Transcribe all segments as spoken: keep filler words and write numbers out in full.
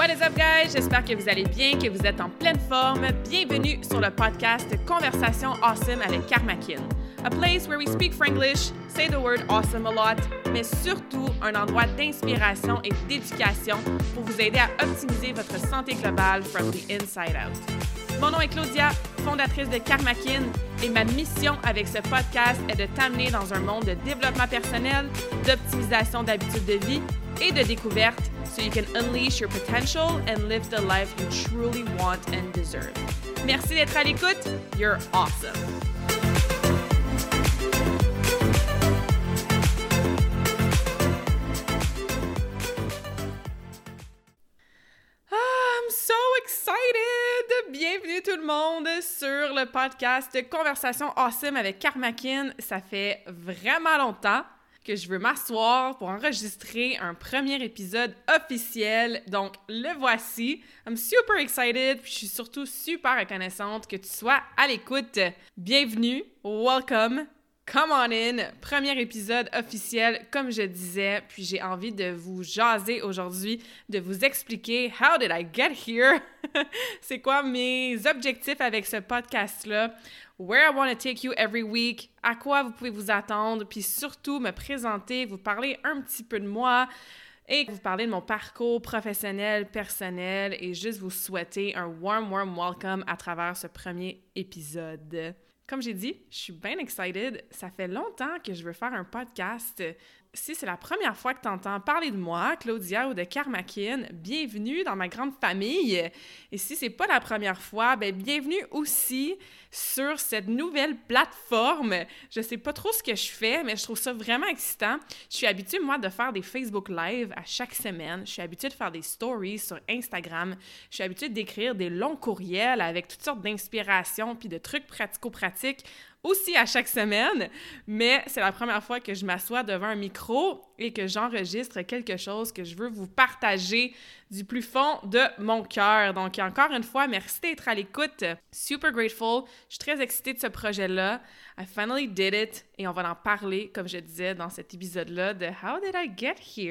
What is up, guys? J'espère que vous allez bien, que vous êtes en pleine forme. Bienvenue sur le podcast Conversation Awesome avec Karmakin. A place where we speak Franglish, say the word awesome a lot, mais surtout un endroit d'inspiration et d'éducation pour vous aider à optimiser votre santé globale from the inside out. Mon nom est Claudia, fondatrice de Karmakin, et ma mission avec ce podcast est de t'amener dans un monde de développement personnel, d'optimisation d'habitudes de vie et de découverte so you can unleash your potential and live the life you truly want and deserve. Merci d'être à l'écoute. You're awesome. I'm so excited! Bienvenue tout le monde sur le podcast Conversation Awesome avec Karmakin. Ça fait vraiment longtemps que je veux m'asseoir pour enregistrer un premier épisode officiel. Donc, le voici. I'm super excited, puis je suis surtout super reconnaissante que tu sois à l'écoute. Bienvenue, welcome, come on in. Premier épisode officiel, comme je disais, puis j'ai envie de vous jaser aujourd'hui, de vous expliquer « How did I get here? » C'est quoi mes objectifs avec ce podcast-là? Where I want to take you every week, à quoi vous pouvez vous attendre, puis surtout me présenter, vous parler un petit peu de moi et vous parler de mon parcours professionnel, personnel et juste vous souhaiter un warm, warm welcome à travers ce premier épisode. Comme j'ai dit, je suis bien excited. Ça fait longtemps que je veux faire un podcast. Si c'est la première fois que tu entends parler de moi, Claudia ou de Karmakin, bienvenue dans ma grande famille. Et si c'est pas la première fois, ben bienvenue aussi sur cette nouvelle plateforme. Je sais pas trop ce que je fais, mais je trouve ça vraiment excitant. Je suis habituée, moi, de faire des Facebook Live à chaque semaine. Je suis habituée de faire des stories sur Instagram. Je suis habituée d'écrire des longs courriels avec toutes sortes d'inspirations puis de trucs pratico-pratiques aussi à chaque semaine, mais c'est la première fois que je m'assois devant un micro et que j'enregistre quelque chose que je veux vous partager du plus fond de mon cœur. Donc, encore une fois, merci d'être à l'écoute. Super grateful. Je suis très excitée de ce projet-là. I finally did it. Et on va en parler, comme je disais dans cet épisode-là, de « How did I get here? »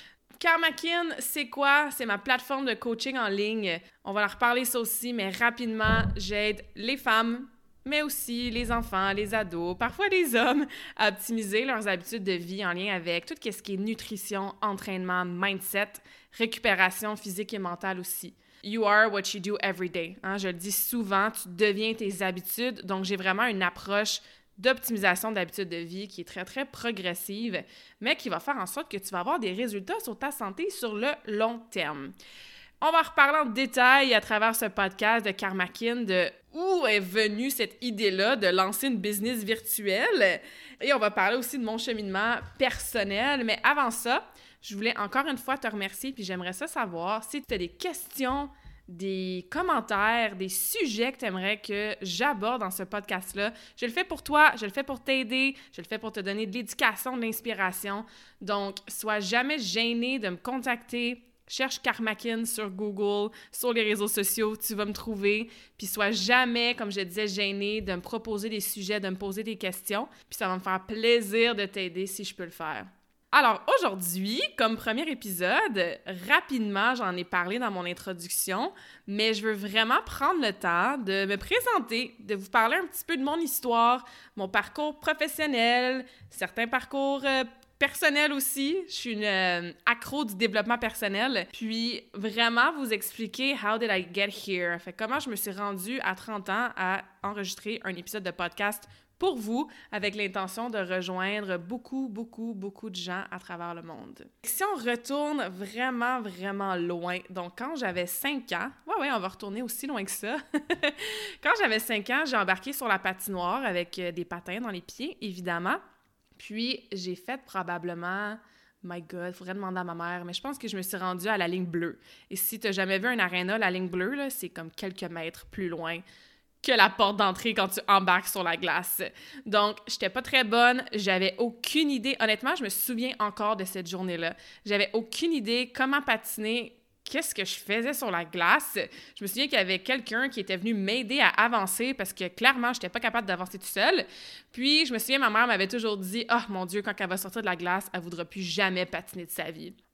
Karmakin, c'est quoi? C'est ma plateforme de coaching en ligne. On va en reparler ça aussi, mais rapidement, j'aide les femmes, mais aussi les enfants, les ados, parfois les hommes, à optimiser leurs habitudes de vie en lien avec tout ce qui est nutrition, entraînement, mindset, récupération physique et mentale aussi. You are what you do every day. Hein? Je le dis souvent, tu deviens tes habitudes. Donc, j'ai vraiment une approche d'optimisation d'habitudes de vie qui est très, très progressive, mais qui va faire en sorte que tu vas avoir des résultats sur ta santé sur le long terme. On va reparler en détail à travers ce podcast de Karmakin de où est venue cette idée-là de lancer une business virtuelle. Et on va parler aussi de mon cheminement personnel. Mais avant ça, je voulais encore une fois te remercier puis j'aimerais ça savoir si tu as des questions, des commentaires, des sujets que tu aimerais que j'aborde dans ce podcast-là. Je le fais pour toi, je le fais pour t'aider, je le fais pour te donner de l'éducation, de l'inspiration. Donc, sois jamais gêné de me contacter. Cherche Karmakin sur Google, sur les réseaux sociaux, tu vas me trouver. Puis sois jamais, comme je disais, gêné de me proposer des sujets, de me poser des questions. Puis ça va me faire plaisir de t'aider si je peux le faire. Alors aujourd'hui, comme premier épisode, rapidement, j'en ai parlé dans mon introduction, mais je veux vraiment prendre le temps de me présenter, de vous parler un petit peu de mon histoire, mon parcours professionnel, certains parcours euh, personnel aussi, je suis une euh, accro du développement personnel, puis vraiment vous expliquer « How did I get here? » Fait comment je me suis rendue à trente ans à enregistrer un épisode de podcast pour vous avec l'intention de rejoindre beaucoup, beaucoup, beaucoup de gens à travers le monde. Si on retourne vraiment, vraiment loin, donc quand j'avais cinq ans, ouais, ouais, on va retourner aussi loin que ça. Quand j'avais cinq ans, j'ai embarqué sur la patinoire avec des patins dans les pieds, évidemment. Puis, j'ai fait probablement, my God, il faudrait demander à ma mère, mais je pense que je me suis rendue à la ligne bleue. Et si tu n'as jamais vu un aréna, la ligne bleue, là, c'est comme quelques mètres plus loin que la porte d'entrée quand tu embarques sur la glace. Donc, j'étais pas très bonne, j'avais aucune idée. Honnêtement, je me souviens encore de cette journée-là. J'avais aucune idée comment patiner, qu'est-ce que je faisais sur la glace. Je me souviens qu'il y avait quelqu'un qui était venu m'aider à avancer parce que clairement, je n'étais pas capable d'avancer tout seul. Puis, je me souviens, ma mère m'avait toujours dit « Ah, oh, mon Dieu, quand elle va sortir de la glace, elle ne voudra plus jamais patiner de sa vie. »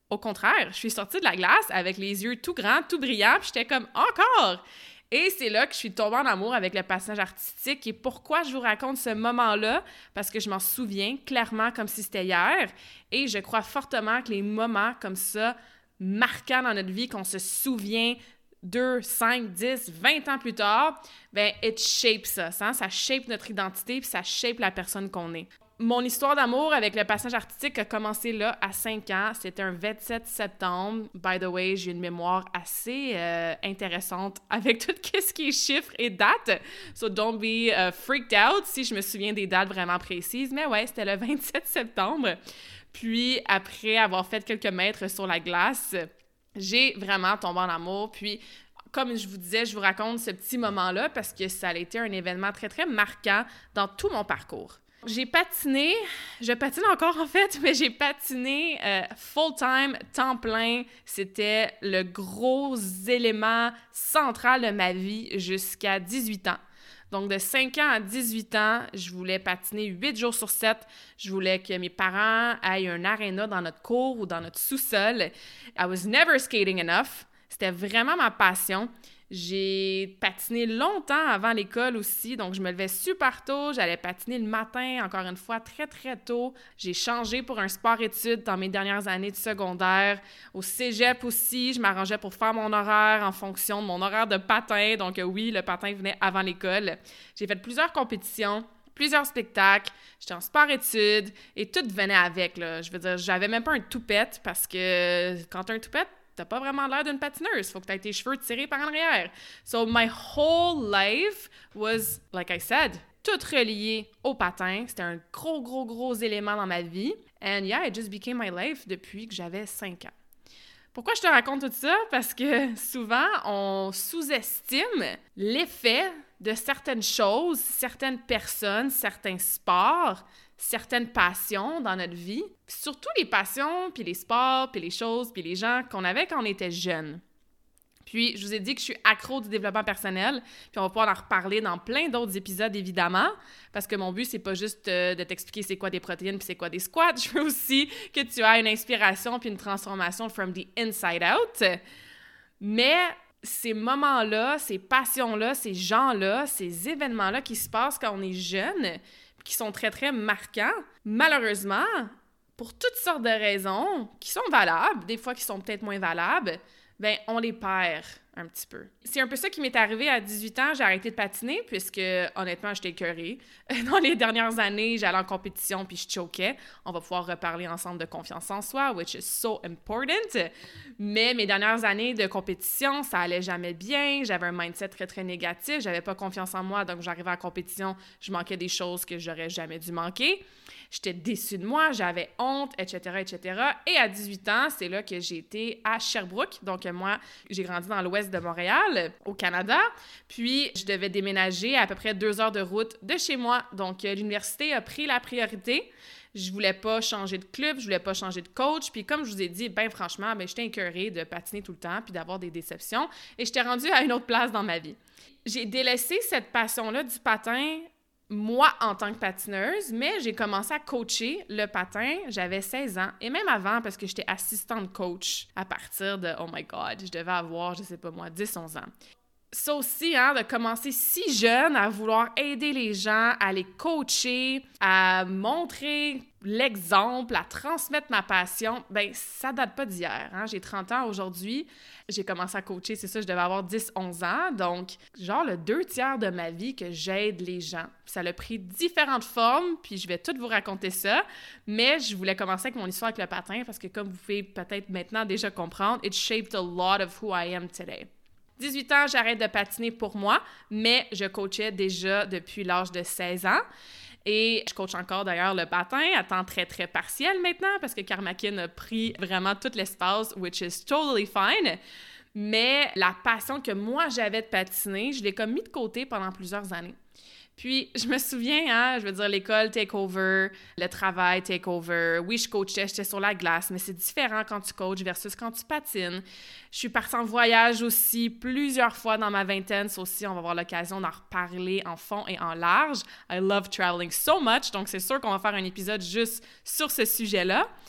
Au contraire, je suis sortie de la glace avec les yeux tout grands, tout brillants, puis j'étais comme « encore ». Et c'est là que je suis tombée en amour avec le patinage artistique. Et pourquoi je vous raconte ce moment-là? Parce que je m'en souviens clairement comme si c'était hier. Et je crois fortement que les moments comme ça, marquants dans notre vie, qu'on se souvient deux, cinq, dix, vingt ans plus tard, ben it shapes us, hein? Ça shape notre identité puis ça shape la personne qu'on est. Mon histoire d'amour avec le patinage artistique a commencé là, à cinq ans. C'était un vingt-sept septembre. By the way, j'ai une mémoire assez euh, intéressante avec tout ce qui est chiffres et dates. So don't be uh, freaked out si je me souviens des dates vraiment précises. Mais ouais, c'était le vingt-sept septembre. Puis, après avoir fait quelques mètres sur la glace, j'ai vraiment tombé en amour. Puis, comme je vous disais, je vous raconte ce petit moment-là parce que ça a été un événement très, très marquant dans tout mon parcours. J'ai patiné, je patine encore en fait, mais j'ai patiné euh, full-time, temps plein. C'était le gros élément central de ma vie jusqu'à dix-huit ans. Donc, de cinq ans à dix-huit ans, je voulais patiner huit jours sur sept. Je voulais que mes parents aient un aréna dans notre cour ou dans notre sous-sol. I was never skating enough. C'était vraiment ma passion. J'ai patiné longtemps avant l'école aussi, donc je me levais super tôt, j'allais patiner le matin, encore une fois, très, très tôt. J'ai changé pour un sport-études dans mes dernières années de secondaire. Au cégep aussi, je m'arrangeais pour faire mon horaire en fonction de mon horaire de patin, donc oui, le patin venait avant l'école. J'ai fait plusieurs compétitions, plusieurs spectacles, j'étais en sport-études et tout venait avec, là. Je veux dire, j'avais même pas un toupette parce que quand t'as un toupette, t'as pas vraiment l'air d'une patineuse. Faut que t'aies tes cheveux tirés par en arrière. So, my whole life was, like I said, tout relié au patin. C'était un gros, gros, gros élément dans ma vie. And yeah, it just became my life depuis que j'avais cinq ans. Pourquoi je te raconte tout ça? Parce que souvent, on sous-estime l'effet de certaines choses, certaines personnes, certains sports, certaines passions dans notre vie, puis surtout les passions, puis les sports, puis les choses, puis les gens qu'on avait quand on était jeune. Puis, je vous ai dit que je suis accro du développement personnel, puis on va pouvoir en reparler dans plein d'autres épisodes, évidemment, parce que mon but, c'est pas juste euh, de t'expliquer c'est quoi des protéines puis c'est quoi des squats. Je veux aussi que tu aies une inspiration puis une transformation from the inside out. Mais ces moments-là, ces passions-là, ces gens-là, ces événements-là qui se passent quand on est jeune, qui sont très, très marquants, malheureusement, pour toutes sortes de raisons, qui sont valables, des fois qui sont peut-être moins valables, ben on les perd un petit peu. C'est un peu ça qui m'est arrivé à dix-huit ans. J'ai arrêté de patiner puisque, honnêtement, j'étais écœurée. Dans les dernières années, j'allais en compétition puis je choquais. On va pouvoir reparler ensemble de confiance en soi, which is so important. Mais mes dernières années de compétition, ça allait jamais bien. J'avais un mindset très, très négatif. J'avais pas confiance en moi, donc j'arrivais à la compétition, je manquais des choses que j'aurais jamais dû manquer. J'étais déçue de moi, j'avais honte, et cetera, et cetera. Et à dix-huit ans, c'est là que j'ai été à Sherbrooke. Donc, moi, j'ai grandi dans l'ouest de Montréal, au Canada. Puis, je devais déménager à, à peu près deux heures de route de chez moi. Donc, l'université a pris la priorité. Je voulais pas changer de club, je voulais pas changer de coach. Puis, comme je vous ai dit, ben franchement, ben j'étais écœurée de patiner tout le temps puis d'avoir des déceptions. Et j'étais rendue à une autre place dans ma vie. J'ai délaissé cette passion-là du patin moi, en tant que patineuse, mais j'ai commencé à coacher le patin, j'avais seize ans, et même avant, parce que j'étais assistante coach à partir de, oh my God, je devais avoir, je sais pas moi, dix onze ans. Ça aussi, hein, de commencer si jeune à vouloir aider les gens, à les coacher, à montrer l'exemple, à transmettre ma passion, ben ça date pas d'hier, hein. J'ai trente ans aujourd'hui, j'ai commencé à coacher, c'est ça, je devais avoir dix onze ans, donc genre le deux tiers de ma vie que j'aide les gens. Ça a pris différentes formes, puis je vais tout vous raconter ça, mais je voulais commencer avec mon histoire avec le patin, parce que comme vous pouvez peut-être maintenant déjà comprendre, it shaped a lot of who I am today. dix-huit ans, j'arrête de patiner pour moi, mais je coachais déjà depuis l'âge de seize ans. Et je coach encore d'ailleurs le patin à temps très, très partiel maintenant parce que Karmakin a pris vraiment tout l'espace, which is totally fine. Mais la passion que moi j'avais de patiner, je l'ai comme mis de côté pendant plusieurs années. Puis, je me souviens, hein, je veux dire, l'école take over, le travail take over. Oui, je coachais, j'étais sur la glace, mais c'est différent quand tu coaches versus quand tu patines. Je suis partie en voyage aussi plusieurs fois dans ma vingtaine. Ça aussi, on va avoir l'occasion d'en reparler en fond et en large. I love traveling so much, donc c'est sûr qu'on va faire un épisode juste sur ce sujet-là.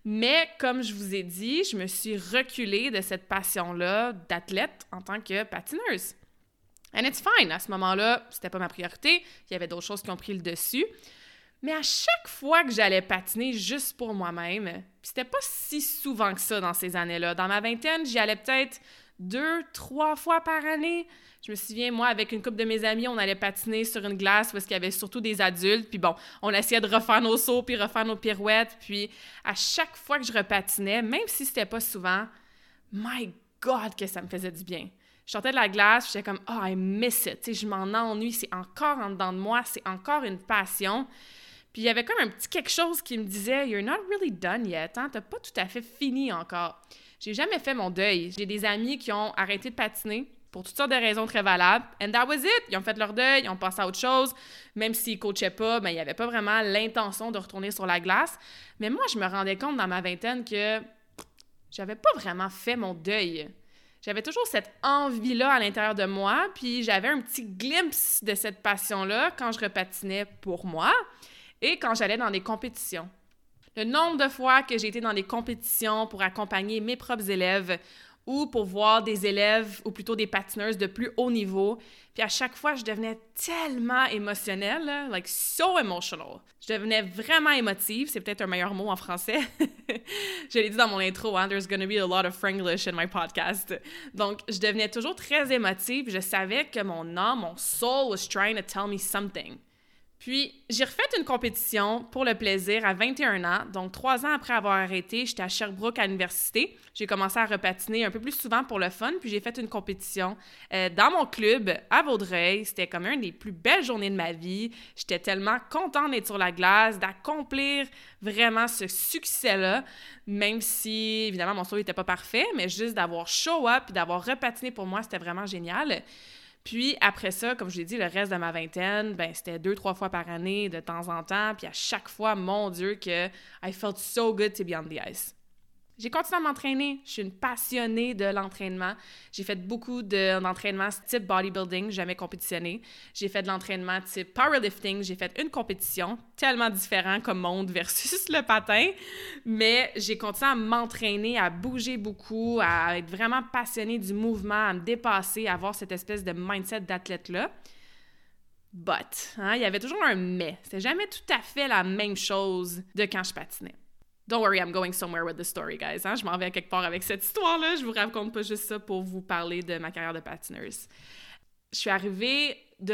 Mais comme je vous ai dit, je me suis reculée de cette passion-là d'athlète en tant que patineuse. And it's fine. À ce moment-là, c'était pas ma priorité. Il y avait d'autres choses qui ont pris le dessus. Mais à chaque fois que j'allais patiner juste pour moi-même, puis c'était pas si souvent que ça dans ces années-là. Dans ma vingtaine, j'y allais peut-être deux, trois fois par année. Je me souviens, moi, avec une couple de mes amis, on allait patiner sur une glace parce qu'il y avait surtout des adultes. Puis bon, on essayait de refaire nos sauts puis refaire nos pirouettes. Puis à chaque fois que je repatinais, même si c'était pas souvent, my God, que ça me faisait du bien. Je sortais de la glace, j'étais comme « Oh, I miss it ». Tu sais, je m'en ennuie, c'est encore en dedans de moi, c'est encore une passion. Puis il y avait comme un petit quelque chose qui me disait « You're not really done yet, hein? T'as pas tout à fait fini encore ». J'ai jamais fait mon deuil. J'ai des amis qui ont arrêté de patiner pour toutes sortes de raisons très valables. And that was it! Ils ont fait leur deuil, ils ont passé à autre chose. Même s'ils coachaient pas, ben, il n'y avait pas vraiment l'intention de retourner sur la glace. Mais moi, je me rendais compte dans ma vingtaine que j'avais pas vraiment fait mon deuil. J'avais toujours cette envie-là à l'intérieur de moi, puis j'avais un petit glimpse de cette passion-là quand je repatinais pour moi et quand j'allais dans des compétitions. Le nombre de fois que j'ai été dans des compétitions pour accompagner mes propres élèves ou pour voir des élèves, ou plutôt des patineuses de plus haut niveau, puis à chaque fois, je devenais tellement émotionnelle, là, like so emotional. Je devenais vraiment émotive, c'est peut-être un meilleur mot en français. Je l'ai dit dans mon intro, hein, there's gonna be a lot of Franglish in my podcast. Donc, je devenais toujours très émotive, je savais que mon âme, mon soul was trying to tell me something. Puis, j'ai refait une compétition pour le plaisir à vingt et un ans. Donc, trois ans après avoir arrêté, j'étais à Sherbrooke à l'université. J'ai commencé à repatiner un peu plus souvent pour le fun. Puis, j'ai fait une compétition euh, dans mon club à Vaudreuil. C'était comme une des plus belles journées de ma vie. J'étais tellement contente d'être sur la glace, d'accomplir vraiment ce succès-là. Même si, évidemment, mon saut n'était pas parfait, mais juste d'avoir show up et d'avoir repatiné pour moi, c'était vraiment génial. Puis après ça, comme je l'ai dit, le reste de ma vingtaine, ben c'était deux, trois fois par année, de temps en temps. Puis à chaque fois, mon Dieu, que I felt so good to be on the ice. J'ai continué à m'entraîner. Je suis une passionnée de l'entraînement. J'ai fait beaucoup de, d'entraînement type bodybuilding, jamais compétitionné. J'ai fait de l'entraînement type powerlifting. J'ai fait une compétition, tellement différent comme monde versus le patin. Mais j'ai continué à m'entraîner, à bouger beaucoup, à être vraiment passionnée du mouvement, à me dépasser, à avoir cette espèce de mindset d'athlète-là. But, hein, il y avait toujours un « mais ». C'était jamais tout à fait la même chose de quand je patinais. Don't worry, I'm going somewhere with the story, guys. Hein? Je m'en vais quelque part avec cette histoire-là. Je vous raconte pas juste ça pour vous parler de ma carrière de patineuse. Je suis arrivée de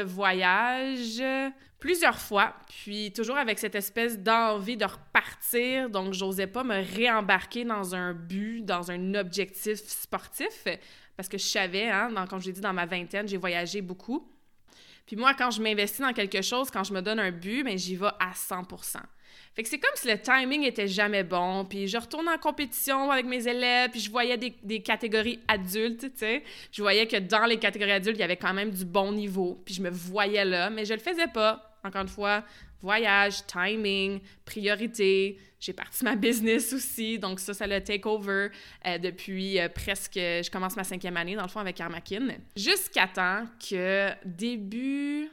voyage plusieurs fois, puis toujours avec cette espèce d'envie de repartir. Donc, j'osais pas me réembarquer dans un but, dans un objectif sportif, parce que je savais, hein, dans, comme je l'ai dit, dans ma vingtaine, j'ai voyagé beaucoup. Puis moi, quand je m'investis dans quelque chose, quand je me donne un but, bien, j'y vais à cent pour cent. Fait que c'est comme si le timing était jamais bon, puis je retourne en compétition avec mes élèves, puis je voyais des, des catégories adultes, tu sais. Je voyais que dans les catégories adultes, il y avait quand même du bon niveau, puis je me voyais là, mais je le faisais pas. Encore une fois, voyage, timing, priorité. J'ai parti ma business aussi, donc ça, ça le take over euh, depuis euh, presque... Je commence ma cinquième année, dans le fond, avec Karmakin. Jusqu'à temps que début...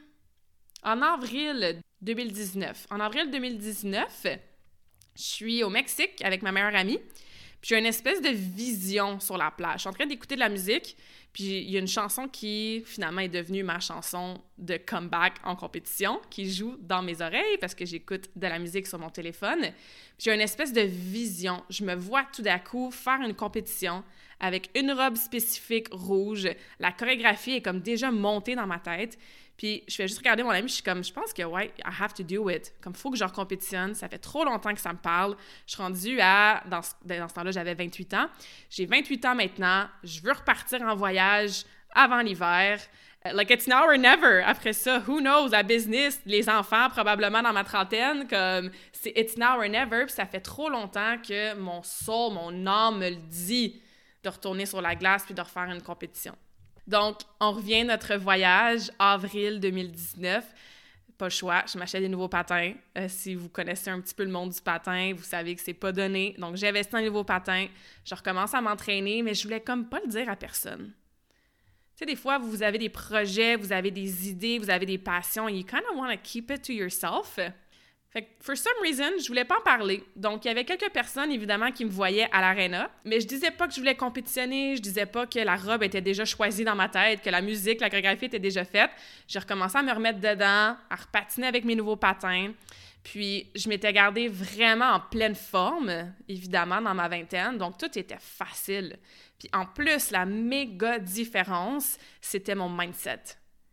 En avril deux mille dix-neuf. En avril deux mille dix-neuf, je suis au Mexique avec ma meilleure amie, puis j'ai une espèce de vision sur la plage. Je suis en train d'écouter de la musique, puis il y a une chanson qui, finalement, est devenue ma chanson de comeback en compétition, qui joue dans mes oreilles parce que j'écoute de la musique sur mon téléphone. Puis j'ai une espèce de vision. Je me vois tout d'un coup faire une compétition avec une robe spécifique rouge. La chorégraphie est comme déjà montée dans ma tête. Puis je fais juste regarder mon ami, je suis comme, je pense que, ouais, I have to do it. Comme, il faut que je recompétitionne. Ça fait trop longtemps que ça me parle. Je suis rendue à, dans ce, dans ce temps-là, j'avais vingt-huit ans. J'ai vingt-huit ans maintenant. Je veux repartir en voyage avant l'hiver. Uh, like, it's now or never. Après ça, who knows, la business, les enfants, probablement dans ma trentaine, comme, c'est it's now or never. Puis ça fait trop longtemps que mon soul, mon âme me le dit de retourner sur la glace puis de refaire une compétition. Donc, on revient à notre voyage, avril deux mille dix-neuf. Pas le choix, je m'achète des nouveaux patins. Euh, si vous connaissez un petit peu le monde du patin, vous savez que c'est pas donné. Donc, j'ai investi dans les nouveaux patins. Je recommence à m'entraîner, mais je voulais comme pas le dire à personne. Tu sais, des fois, vous avez des projets, vous avez des idées, vous avez des passions, and you kind of want to keep it to yourself. Fait que, for some reason, je voulais pas en parler. Donc, il y avait quelques personnes, évidemment, qui me voyaient à l'aréna, mais je disais pas que je voulais compétitionner, je disais pas que la robe était déjà choisie dans ma tête, que la musique, la chorégraphie était déjà faite. J'ai recommencé à me remettre dedans, à repatiner avec mes nouveaux patins. Puis, je m'étais gardée vraiment en pleine forme, évidemment, dans ma vingtaine, donc tout était facile. Puis, en plus, la méga différence, c'était mon mindset.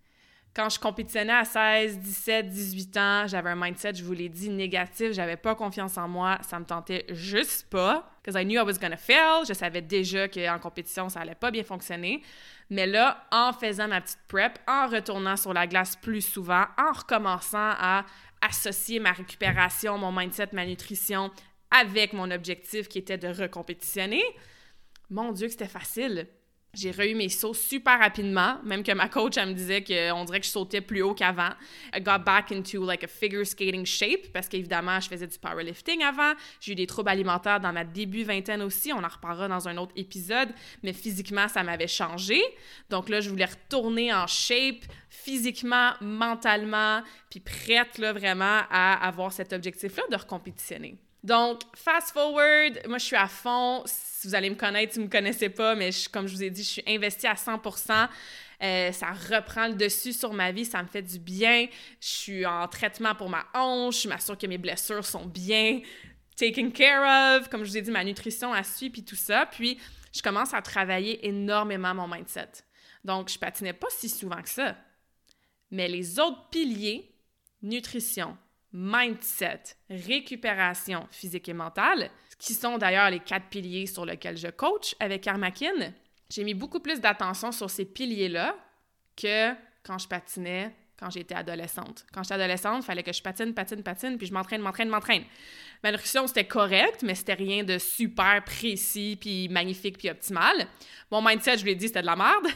Quand je compétitionnais à seize, dix-sept, dix-huit ans, j'avais un mindset, je vous l'ai dit, négatif. J'avais pas confiance en moi. Ça me tentait juste pas. Because I knew I was gonna fail. Je savais déjà qu'en compétition, ça allait pas bien fonctionner. Mais là, en faisant ma petite prep, en retournant sur la glace plus souvent, en recommençant à associer ma récupération, mon mindset, ma nutrition avec mon objectif qui était de recompétitionner, mon Dieu que c'était facile. J'ai re-eu mes sauts super rapidement, même que ma coach, elle me disait qu'on dirait que je sautais plus haut qu'avant. I got back into like a figure skating shape parce qu'évidemment, je faisais du powerlifting avant. J'ai eu des troubles alimentaires dans ma début vingtaine aussi. On en reparlera dans un autre épisode. Mais physiquement, ça m'avait changé. Donc là, je voulais retourner en shape physiquement, mentalement, puis prête là vraiment à avoir cet objectif-là de recompétitionner. Donc, fast forward, moi, je suis à fond. Si vous allez me connaître, si vous ne me connaissez pas, mais je, comme je vous ai dit, je suis investie à cent pour cent. Euh, ça reprend le dessus sur ma vie, ça me fait du bien. Je suis en traitement pour ma hanche, je m'assure que mes blessures sont bien taken care of. Comme je vous ai dit, ma nutrition, elle suit, puis tout ça. Puis, je commence à travailler énormément mon mindset. Donc, je patinais pas si souvent que ça. Mais les autres piliers, nutrition, mindset, récupération physique et mentale, qui sont d'ailleurs les quatre piliers sur lesquels je coach avec Karmakin, j'ai mis beaucoup plus d'attention sur ces piliers-là que quand je patinais, quand j'étais adolescente. Quand j'étais adolescente, il fallait que je patine, patine, patine, puis je m'entraîne, m'entraîne, m'entraîne. Ma nutrition, c'était correct, mais c'était rien de super précis, puis magnifique, puis optimal. Mon mindset, je vous l'ai dit, c'était de la merde.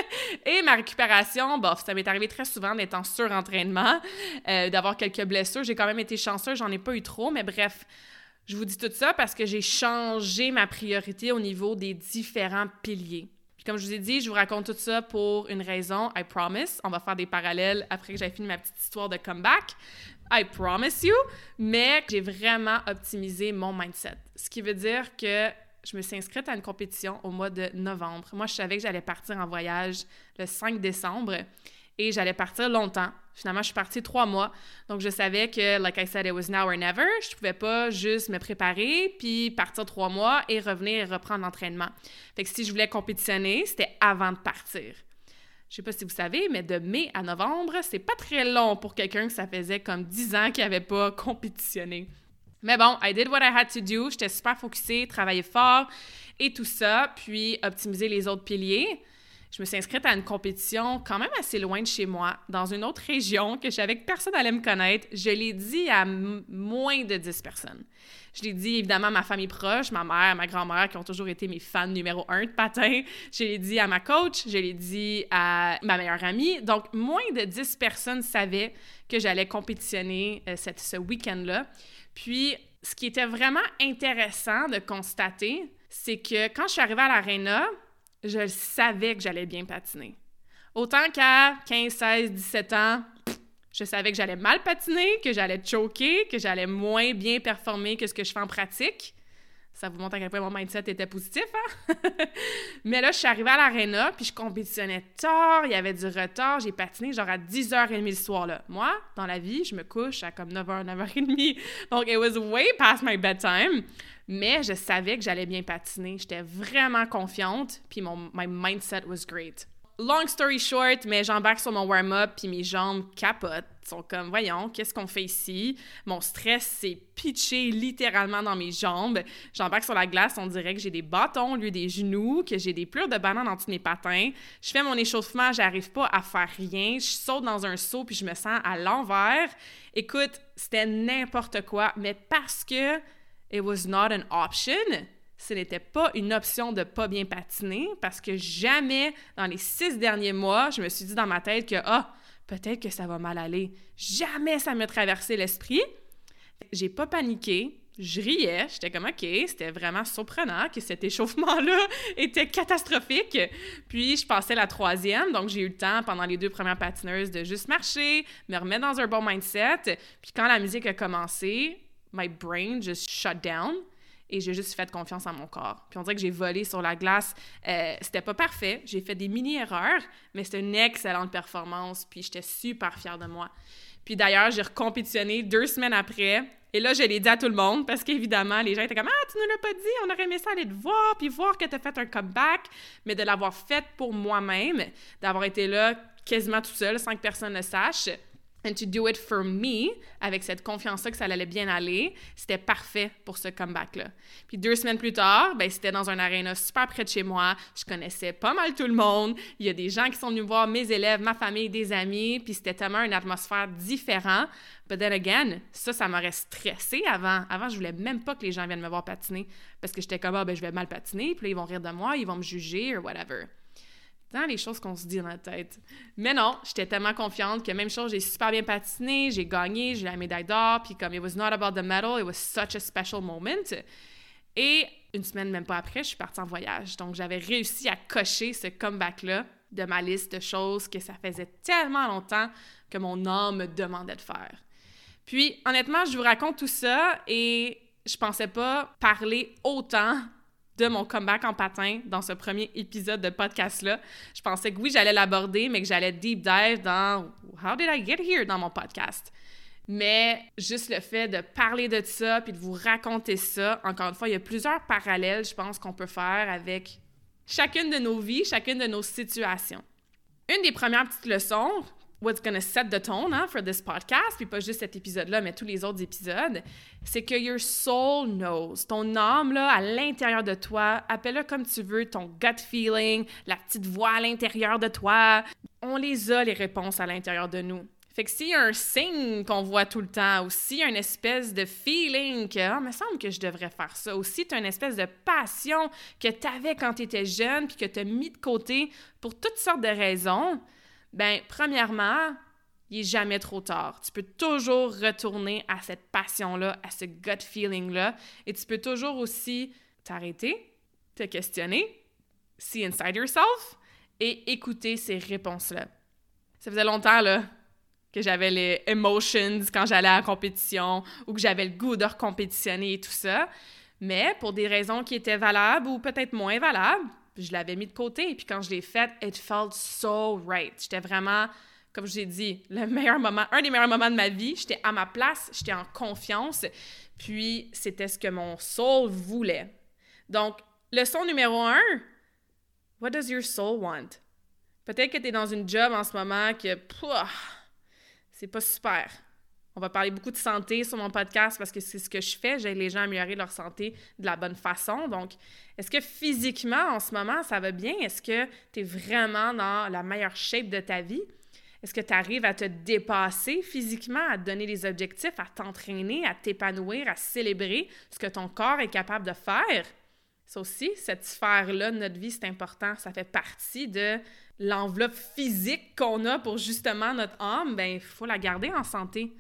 Et ma récupération, bof, ça m'est arrivé très souvent d'être en surentraînement, euh, d'avoir quelques blessures. J'ai quand même été chanceuse, j'en ai pas eu trop, mais bref, je vous dis tout ça parce que j'ai changé ma priorité au niveau des différents piliers. Puis comme je vous ai dit, je vous raconte tout ça pour une raison, I promise. On va faire des parallèles après que j'ai fini ma petite histoire de comeback. I promise you. Mais j'ai vraiment optimisé mon mindset. Ce qui veut dire que je me suis inscrite à une compétition au mois de novembre. Moi, je savais que j'allais partir en voyage le cinq décembre et j'allais partir longtemps. Finalement, je suis partie trois mois. Donc, je savais que, like I said, it was now or never. Je ne pouvais pas juste me préparer puis partir trois mois et revenir et reprendre l'entraînement. Fait que si je voulais compétitionner, c'était avant de partir. Je sais pas si vous savez, mais de mai à novembre, c'est pas très long pour quelqu'un que ça faisait comme dix ans qu'il n'avait pas compétitionné. Mais bon, I did what I had to do. J'étais super focusée, travaillais fort et tout ça, puis optimiser les autres piliers. Je me suis inscrite à une compétition quand même assez loin de chez moi, dans une autre région que je savais que personne n'allait me connaître. Je l'ai dit à m- moins de dix personnes. Je l'ai dit évidemment à ma famille proche, ma mère, ma grand-mère, qui ont toujours été mes fans numéro un de patin. Je l'ai dit à ma coach, je l'ai dit à ma meilleure amie. Donc, moins de dix personnes savaient que j'allais compétitionner euh, cette, ce week-end-là. Puis, ce qui était vraiment intéressant de constater, c'est que quand je suis arrivée à l'aréna, je savais que j'allais bien patiner. Autant qu'à quinze, seize, dix-sept ans, je savais que j'allais mal patiner, que j'allais choquer, que j'allais moins bien performer que ce que je fais en pratique. Ça vous montre à quel point mon mindset était positif, hein? Mais là, je suis arrivée à l'aréna, puis je compétitionnais tard, il y avait du retard, j'ai patiné genre à dix heures trente le soir, là. Moi, dans la vie, je me couche à comme neuf heures, neuf heures trente. Donc, it was way past my bedtime. Mais je savais que j'allais bien patiner. J'étais vraiment confiante, puis mon my mindset was great. Long story short, mais j'embarque sur mon warm-up, puis mes jambes capotent. Ils sont comme, voyons, qu'est-ce qu'on fait ici? Mon stress s'est pitché littéralement dans mes jambes. J'embarque sur la glace, on dirait que j'ai des bâtons au lieu des genoux, que j'ai des plures de banane en dessous de mes patins. Je fais mon échauffement, j'arrive pas à faire rien. Je saute dans un seau, puis je me sens à l'envers. Écoute, c'était n'importe quoi, mais parce que it was not an option. Ce n'était pas une option de pas bien patiner parce que jamais dans les six derniers mois, je me suis dit dans ma tête que ah, peut-être que ça va mal aller. Jamais ça m'a traversé l'esprit. J'ai pas paniqué. je riais, j'étais comme « OK », c'était vraiment surprenant que cet échauffement-là était catastrophique. Puis je passais la troisième, donc j'ai eu le temps pendant les deux premières patineuses de juste marcher, me remettre dans un bon mindset. Puis quand la musique a commencé, my brain just shut down. Et j'ai juste fait confiance en mon corps. Puis on dirait que j'ai volé sur la glace. Euh, c'était pas parfait. J'ai fait des mini-erreurs, mais c'était une excellente performance. Puis j'étais super fière de moi. Puis d'ailleurs, j'ai recompétitionné deux semaines après. Et là, je l'ai dit à tout le monde parce qu'évidemment, les gens étaient comme « Ah, tu nous l'as pas dit, on aurait aimé ça aller te voir, puis voir que tu as fait un comeback. » Mais de l'avoir fait pour moi-même, d'avoir été là quasiment tout seul, sans que personne ne sache, and to do it for me, avec cette confiance-là que ça allait bien aller, c'était parfait pour ce comeback-là. Puis deux semaines plus tard, ben c'était dans un aréna super près de chez moi. Je connaissais pas mal tout le monde. Il y a des gens qui sont venus voir, mes élèves, ma famille, des amis, puis c'était tellement une atmosphère différente. But then again, ça, ça m'aurait stressée avant. Avant, je voulais même pas que les gens viennent me voir patiner parce que j'étais comme « Ah, ben je vais mal patiner, puis là, ils vont rire de moi, ils vont me juger, ou whatever. » Dans les choses qu'on se dit dans la tête. Mais non, j'étais tellement confiante que même chose, j'ai super bien patiné, j'ai gagné, j'ai eu la médaille d'or, puis comme « It was not about the medal, it was such a special moment ». Et une semaine même pas après, je suis partie en voyage. Donc, j'avais réussi à cocher ce comeback-là de ma liste de choses que ça faisait tellement longtemps que mon âme me demandait de faire. Puis, honnêtement, je vous raconte tout ça et je pensais pas parler autant de mon comeback en patin dans ce premier épisode de podcast-là. Je pensais que oui, j'allais l'aborder, mais que j'allais deep dive dans « How did I get here » dans mon podcast. Mais juste le fait de parler de ça puis de vous raconter ça, encore une fois, il y a plusieurs parallèles, je pense, qu'on peut faire avec chacune de nos vies, chacune de nos situations. Une des premières petites leçons, what's gonna set the tone hein, for this podcast, puis pas juste cet épisode-là, mais tous les autres épisodes, c'est que your soul knows. Ton âme, là, à l'intérieur de toi, appelle-le comme tu veux, ton gut feeling, la petite voix à l'intérieur de toi. On les a, les réponses à l'intérieur de nous. Fait que s'il y a un signe qu'on voit tout le temps, ou s'il y a une espèce de feeling que « Ah, il me semble que je devrais faire ça », ou si tu as une espèce de passion que tu avais quand tu étais jeune puis que tu as mis de côté pour toutes sortes de raisons, bien, premièrement, il n'est jamais trop tard. Tu peux toujours retourner à cette passion-là, à ce gut feeling-là, et tu peux toujours aussi t'arrêter, te questionner, see inside yourself, et écouter ces réponses-là. Ça faisait longtemps, là, que j'avais les emotions quand j'allais à la compétition ou que j'avais le goût de recompétitionner et tout ça. Mais pour des raisons qui étaient valables ou peut-être moins valables, je l'avais mis de côté. Et puis quand je l'ai fait, it felt so right. J'étais vraiment, comme je vous ai dit, le meilleur moment, un des meilleurs moments de ma vie. J'étais à ma place, j'étais en confiance. Puis c'était ce que mon soul voulait. Donc, leçon numéro un, what does your soul want? Peut-être que tu es dans une job en ce moment que... Pouah, c'est pas super. On va parler beaucoup de santé sur mon podcast parce que c'est ce que je fais. J'aide les gens à améliorer leur santé de la bonne façon. Donc, est-ce que physiquement, en ce moment, ça va bien? Est-ce que tu es vraiment dans la meilleure shape de ta vie? Est-ce que tu arrives à te dépasser physiquement, à te donner des objectifs, à t'entraîner, à t'épanouir, à célébrer ce que ton corps est capable de faire? Ça aussi, cette sphère-là de notre vie, c'est important. Ça fait partie de l'enveloppe physique qu'on a pour justement notre âme. Bien, il faut la garder en santé.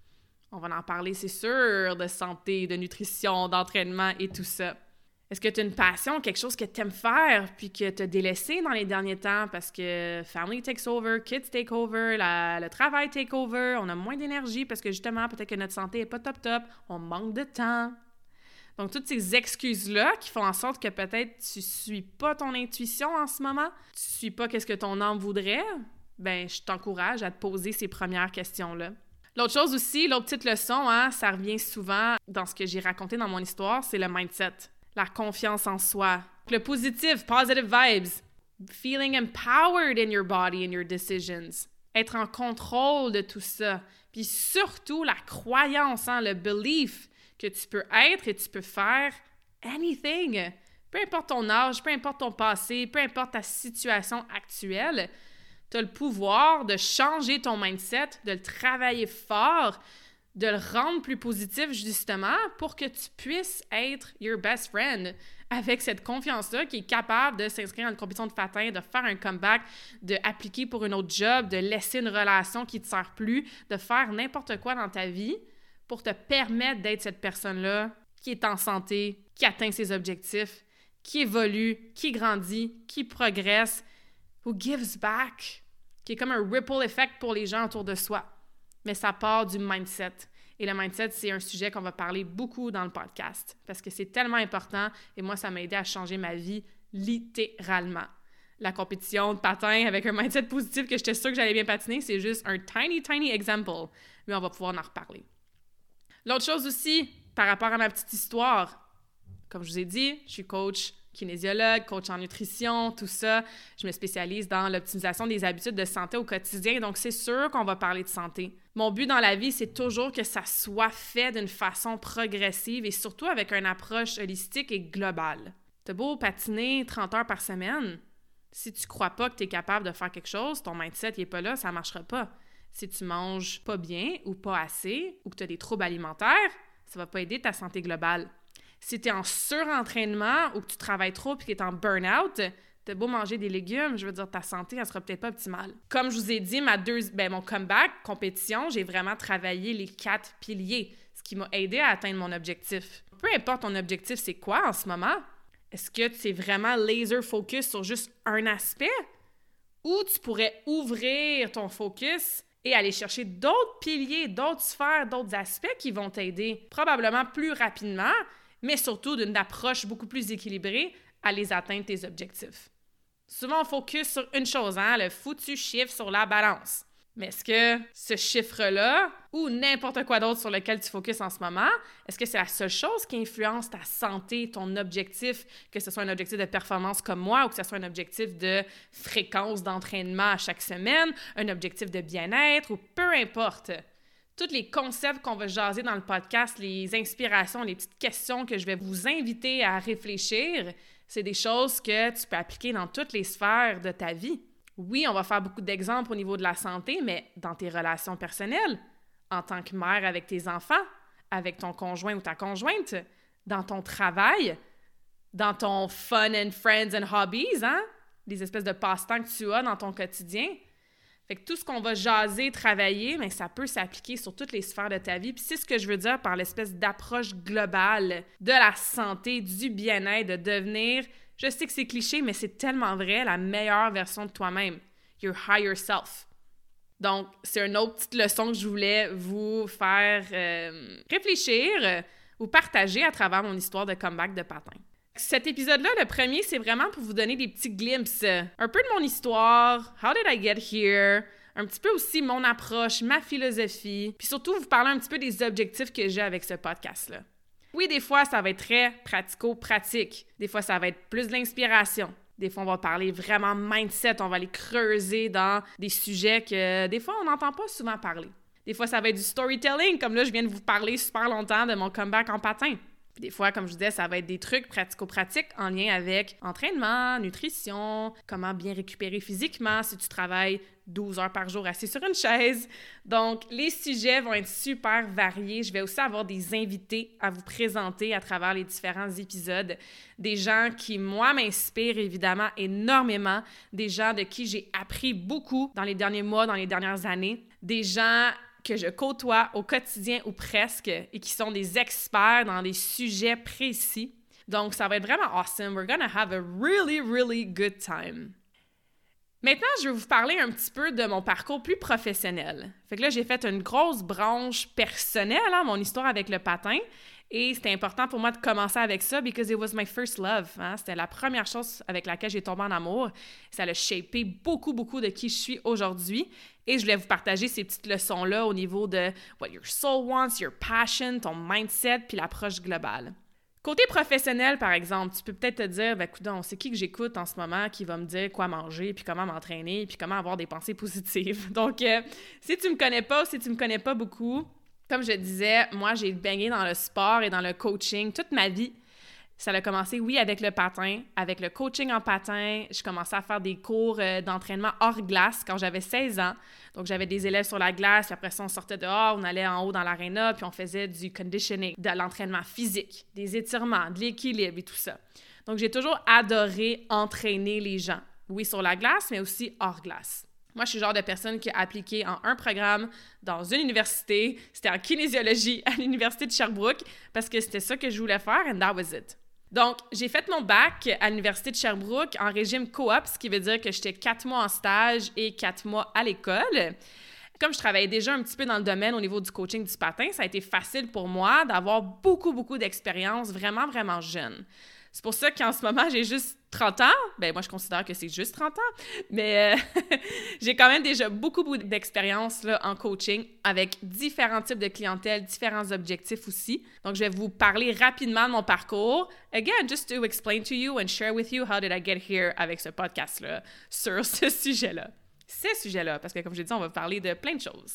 On va en parler, c'est sûr, de santé, de nutrition, d'entraînement et tout ça. Est-ce que tu as une passion, quelque chose que tu aimes faire puis que tu as délaissé dans les derniers temps parce que family takes over, kids take over, la, le travail take over, on a moins d'énergie parce que justement, peut-être que notre santé n'est pas top top, on manque de temps. Donc, toutes ces excuses-là qui font en sorte que peut-être tu suis pas ton intuition en ce moment, tu suis pas qu'est-ce que ton âme voudrait, ben je t'encourage à te poser ces premières questions-là. L'autre chose aussi, l'autre petite leçon, hein, ça revient souvent dans ce que j'ai raconté dans mon histoire, c'est le mindset, la confiance en soi, le positif, positive vibes, feeling empowered in your body and your decisions, être en contrôle de tout ça, puis surtout la croyance, hein, le belief que tu peux être et tu peux faire anything. Peu importe ton âge, peu importe ton passé, peu importe ta situation actuelle, tu as le pouvoir de changer ton mindset, de le travailler fort, de le rendre plus positif justement pour que tu puisses être your best friend avec cette confiance-là qui est capable de s'inscrire dans une compétition de patin, de faire un comeback, d'appliquer pour une autre job, de laisser une relation qui ne te sert plus, de faire n'importe quoi dans ta vie pour te permettre d'être cette personne-là qui est en santé, qui atteint ses objectifs, qui évolue, qui grandit, qui progresse, who gives back, qui est comme un ripple effect pour les gens autour de soi. Mais ça part du mindset. Et le mindset, c'est un sujet qu'on va parler beaucoup dans le podcast parce que c'est tellement important et moi, ça m'a aidé à changer ma vie littéralement. La compétition de patin avec un mindset positif que j'étais sûre que j'allais bien patiner, c'est juste un tiny, tiny example, mais on va pouvoir en reparler. L'autre chose aussi, par rapport à ma petite histoire, comme je vous ai dit, je suis coach kinésiologue, coach en nutrition, tout ça. Je me spécialise dans l'optimisation des habitudes de santé au quotidien, donc c'est sûr qu'on va parler de santé. Mon but dans la vie, c'est toujours que ça soit fait d'une façon progressive et surtout avec une approche holistique et globale. T'as beau patiner trente heures par semaine, si tu crois pas que tu es capable de faire quelque chose, ton mindset n'est pas là, ça marchera pas. Si tu manges pas bien ou pas assez ou que tu as des troubles alimentaires, ça va pas aider ta santé globale. Si tu es en surentraînement ou que tu travailles trop et que tu es en burn-out, t'as beau manger des légumes, je veux dire, ta santé, elle sera peut-être pas optimale. Comme je vous ai dit, ma deux, ben, mon comeback, compétition, j'ai vraiment travaillé les quatre piliers, ce qui m'a aidé à atteindre mon objectif. Peu importe ton objectif, c'est quoi en ce moment? Est-ce que tu es vraiment laser focus sur juste un aspect? Ou tu pourrais ouvrir ton focus et aller chercher d'autres piliers, d'autres sphères, d'autres aspects qui vont t'aider probablement plus rapidement, mais surtout d'une approche beaucoup plus équilibrée à les atteindre tes objectifs. Souvent, on focus sur une chose, hein, le foutu chiffre sur la balance. Mais est-ce que ce chiffre-là, ou n'importe quoi d'autre sur lequel tu focuses en ce moment, est-ce que c'est la seule chose qui influence ta santé, ton objectif, que ce soit un objectif de performance comme moi ou que ce soit un objectif de fréquence d'entraînement à chaque semaine, un objectif de bien-être ou peu importe. Tous les concepts qu'on va jaser dans le podcast, les inspirations, les petites questions que je vais vous inviter à réfléchir, c'est des choses que tu peux appliquer dans toutes les sphères de ta vie. Oui, on va faire beaucoup d'exemples au niveau de la santé, mais dans tes relations personnelles, en tant que mère avec tes enfants, avec ton conjoint ou ta conjointe, dans ton travail, dans ton fun and friends and hobbies, hein? Les espèces de passe-temps que tu as dans ton quotidien. Fait que tout ce qu'on va jaser, travailler, bien, ça peut s'appliquer sur toutes les sphères de ta vie. Puis c'est ce que je veux dire par l'espèce d'approche globale de la santé, du bien-être, de devenir, je sais que c'est cliché, mais c'est tellement vrai, la meilleure version de toi-même. Your higher self. Donc, c'est une autre petite leçon que je voulais vous faire euh, réfléchir euh, ou partager à travers mon histoire de comeback de patin. Cet épisode-là, le premier, c'est vraiment pour vous donner des petits glimpses, un peu de mon histoire, how did I get here, un petit peu aussi mon approche, ma philosophie, puis surtout vous parler un petit peu des objectifs que j'ai avec ce podcast-là. Oui, des fois, ça va être très pratico-pratique. Des fois, ça va être plus de l'inspiration. Des fois, on va parler vraiment mindset, on va aller creuser dans des sujets que des fois, on n'entend pas souvent parler. Des fois, ça va être du storytelling, comme là, je viens de vous parler super longtemps de mon comeback en patin. Puis des fois, comme je vous disais, ça va être des trucs pratico-pratiques en lien avec entraînement, nutrition, comment bien récupérer physiquement si tu travailles douze heures par jour assis sur une chaise. Donc, les sujets vont être super variés. Je vais aussi avoir des invités à vous présenter à travers les différents épisodes. Des gens qui, moi, m'inspirent évidemment énormément. Des gens de qui j'ai appris beaucoup dans les derniers mois, dans les dernières années. Des gens que je côtoie au quotidien ou presque et qui sont des experts dans des sujets précis. Donc, ça va être vraiment awesome. We're gonna have a really, really good time. Maintenant, je vais vous parler un petit peu de mon parcours plus professionnel. Fait que là, j'ai fait une grosse branche personnelle, hein, mon histoire avec le patin. Et c'était important pour moi de commencer avec ça because it was my first love. Hein? C'était la première chose avec laquelle j'ai tombé en amour. Ça a shapé beaucoup, beaucoup de qui je suis aujourd'hui. Et je voulais vous partager ces petites leçons-là au niveau de what your soul wants, your passion, ton mindset, puis l'approche globale. Côté professionnel, par exemple, tu peux peut-être te dire, ben coudonc, c'est qui que j'écoute en ce moment qui va me dire quoi manger, puis comment m'entraîner, puis comment avoir des pensées positives. Donc, euh, si tu me connais pas ou si tu me connais pas beaucoup, comme je disais, moi, j'ai baigné dans le sport et dans le coaching toute ma vie. Ça a commencé, oui, avec le patin, avec le coaching en patin. Je commençais à faire des cours euh, d'entraînement hors glace quand j'avais seize ans. Donc, j'avais des élèves sur la glace, puis après ça, on sortait dehors, on allait en haut dans l'aréna, puis on faisait du conditioning, de l'entraînement physique, des étirements, de l'équilibre et tout ça. Donc, j'ai toujours adoré entraîner les gens. Oui, sur la glace, mais aussi hors glace. Moi, je suis le genre de personne qui a appliqué en un programme dans une université. C'était en kinésiologie à l'université de Sherbrooke parce que c'était ça que je voulais faire and that was it. Donc, j'ai fait mon bac à l'université de Sherbrooke en régime coop, ce qui veut dire que j'étais quatre mois en stage et quatre mois à l'école. Comme je travaillais déjà un petit peu dans le domaine au niveau du coaching du patin, ça a été facile pour moi d'avoir beaucoup, beaucoup d'expérience vraiment, vraiment jeune. C'est pour ça qu'en ce moment, j'ai juste trente ans. Ben moi, je considère que c'est juste trente ans. Mais euh, j'ai quand même déjà beaucoup, beaucoup d'expérience là, en coaching avec différents types de clientèle, différents objectifs aussi. Donc, je vais vous parler rapidement de mon parcours. Again, just to explain to you and share with you how did I get here avec ce podcast-là sur ce sujet-là. Ces sujets-là, parce que comme je l'ai dit, on va parler de plein de choses.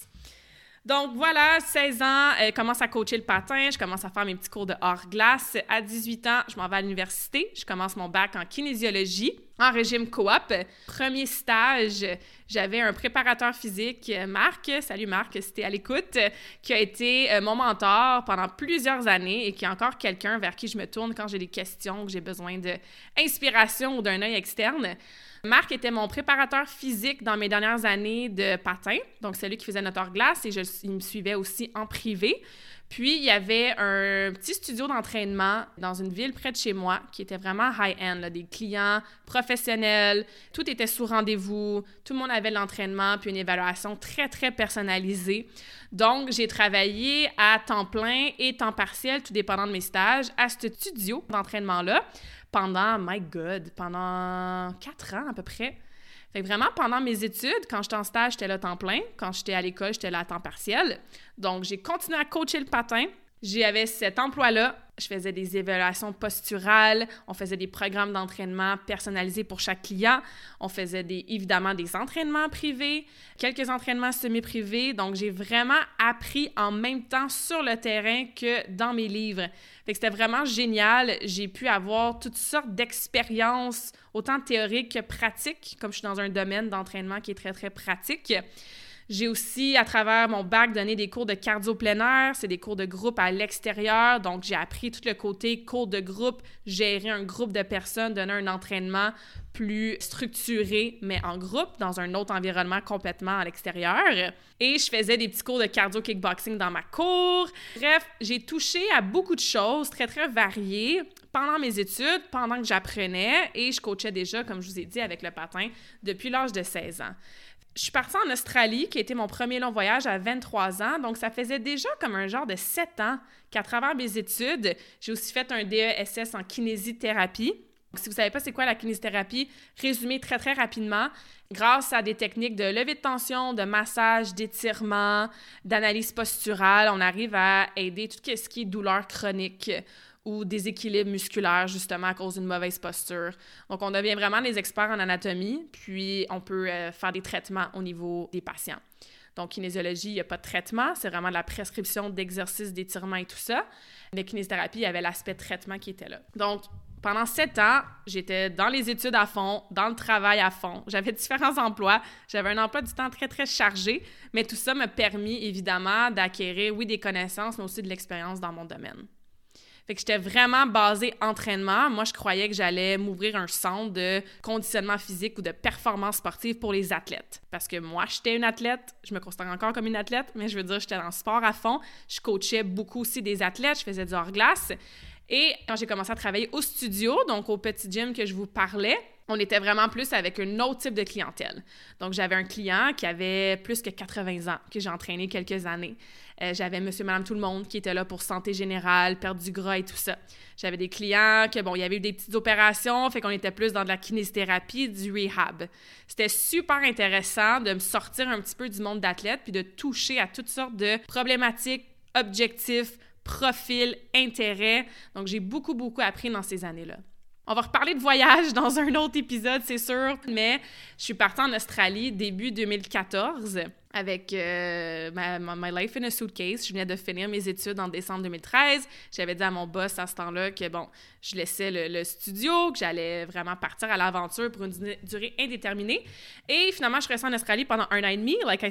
Donc voilà, seize ans, je commence à coacher le patin, je commence à faire mes petits cours de hors-glace. À dix-huit ans, je m'en vais à l'université, je commence mon bac en kinésiologie, en régime coop. Premier stage, j'avais un préparateur physique, Marc, salut Marc, si t'es à l'écoute, qui a été mon mentor pendant plusieurs années et qui est encore quelqu'un vers qui je me tourne quand j'ai des questions, que j'ai besoin d'inspiration ou d'un œil externe. Marc était mon préparateur physique dans mes dernières années de patin. Donc, c'est lui qui faisait notre hors-glace et je, il me suivait aussi en privé. Puis, il y avait un petit studio d'entraînement dans une ville près de chez moi qui était vraiment high-end, là, des clients professionnels. Tout était sous rendez-vous. Tout le monde avait de l'entraînement puis une évaluation très, très personnalisée. Donc, j'ai travaillé à temps plein et temps partiel, tout dépendant de mes stages, à ce studio d'entraînement-là. Pendant, my God, pendant quatre ans à peu près. Fait que vraiment, pendant mes études, quand j'étais en stage, j'étais là à temps plein. Quand j'étais à l'école, j'étais là à temps partiel. Donc, j'ai continué à coacher le patin. J'avais cet emploi-là. Je faisais des évaluations posturales. On faisait des programmes d'entraînement personnalisés pour chaque client. On faisait des, évidemment des entraînements privés, quelques entraînements semi-privés. Donc, j'ai vraiment appris en même temps sur le terrain que dans mes livres. Fait que c'était vraiment génial. J'ai pu avoir toutes sortes d'expériences, autant théoriques que pratiques, comme je suis dans un domaine d'entraînement qui est très, très pratique. J'ai aussi, à travers mon bac, donné des cours de cardio plein air. C'est des cours de groupe à l'extérieur. Donc, j'ai appris tout le côté cours de groupe, gérer un groupe de personnes, donner un entraînement plus structuré, mais en groupe, dans un autre environnement complètement à l'extérieur. Et je faisais des petits cours de cardio-kickboxing dans ma cour. Bref, j'ai touché à beaucoup de choses très, très variées pendant mes études, pendant que j'apprenais. Et je coachais déjà, comme je vous ai dit, avec le patin depuis l'âge de seize ans. Je suis partie en Australie, qui a été mon premier long voyage à vingt-trois ans. Donc, ça faisait déjà comme un genre de sept ans qu'à travers mes études, j'ai aussi fait un D E S S en kinésithérapie. Si vous ne savez pas c'est quoi la kinésithérapie, résumé très, très rapidement, grâce à des techniques de levée de tension, de massage, d'étirement, d'analyse posturale, on arrive à aider tout ce qui est douleur chronique ou déséquilibre musculaire, justement, à cause d'une mauvaise posture. Donc, on devient vraiment des experts en anatomie, puis on peut euh, faire des traitements au niveau des patients. Donc, kinésiologie, il n'y a pas de traitement, c'est vraiment de la prescription d'exercices, d'étirement et tout ça. Mais kinésithérapie, il y avait l'aspect traitement qui était là. Donc, pendant sept ans, j'étais dans les études à fond, dans le travail à fond. J'avais différents emplois. J'avais un emploi du temps très, très chargé, mais tout ça m'a permis, évidemment, d'acquérir, oui, des connaissances, mais aussi de l'expérience dans mon domaine. Fait que j'étais vraiment basée entraînement. Moi, je croyais que j'allais m'ouvrir un centre de conditionnement physique ou de performance sportive pour les athlètes. Parce que moi, j'étais une athlète. Je me considère encore comme une athlète, mais je veux dire, j'étais dans le sport à fond. Je coachais beaucoup aussi des athlètes. Je faisais du hors-glace. Et quand j'ai commencé à travailler au studio, donc au petit gym que je vous parlais, on était vraiment plus avec un autre type de clientèle. Donc, j'avais un client qui avait plus que quatre-vingts ans, que j'ai entraîné quelques années. Euh, j'avais monsieur, madame, tout le monde qui était là pour santé générale, perdre du gras et tout ça. J'avais des clients que, bon, il y avait eu des petites opérations, fait qu'on était plus dans de la kinésithérapie, du rehab. C'était super intéressant de me sortir un petit peu du monde d'athlète puis de toucher à toutes sortes de problématiques, objectifs, profils, intérêts. Donc, j'ai beaucoup, beaucoup appris dans ces années-là. On va reparler de voyage dans un autre épisode, c'est sûr, mais je suis partie en Australie début deux mille quatorze avec euh, ma, ma, My Life in a Suitcase. Je venais de finir mes études en décembre deux mille treize. J'avais dit à mon boss à ce temps-là que, bon, je laissais le, le studio, que j'allais vraiment partir à l'aventure pour une durée indéterminée. Et finalement, je suis restée en Australie pendant un an et demi. Like I said,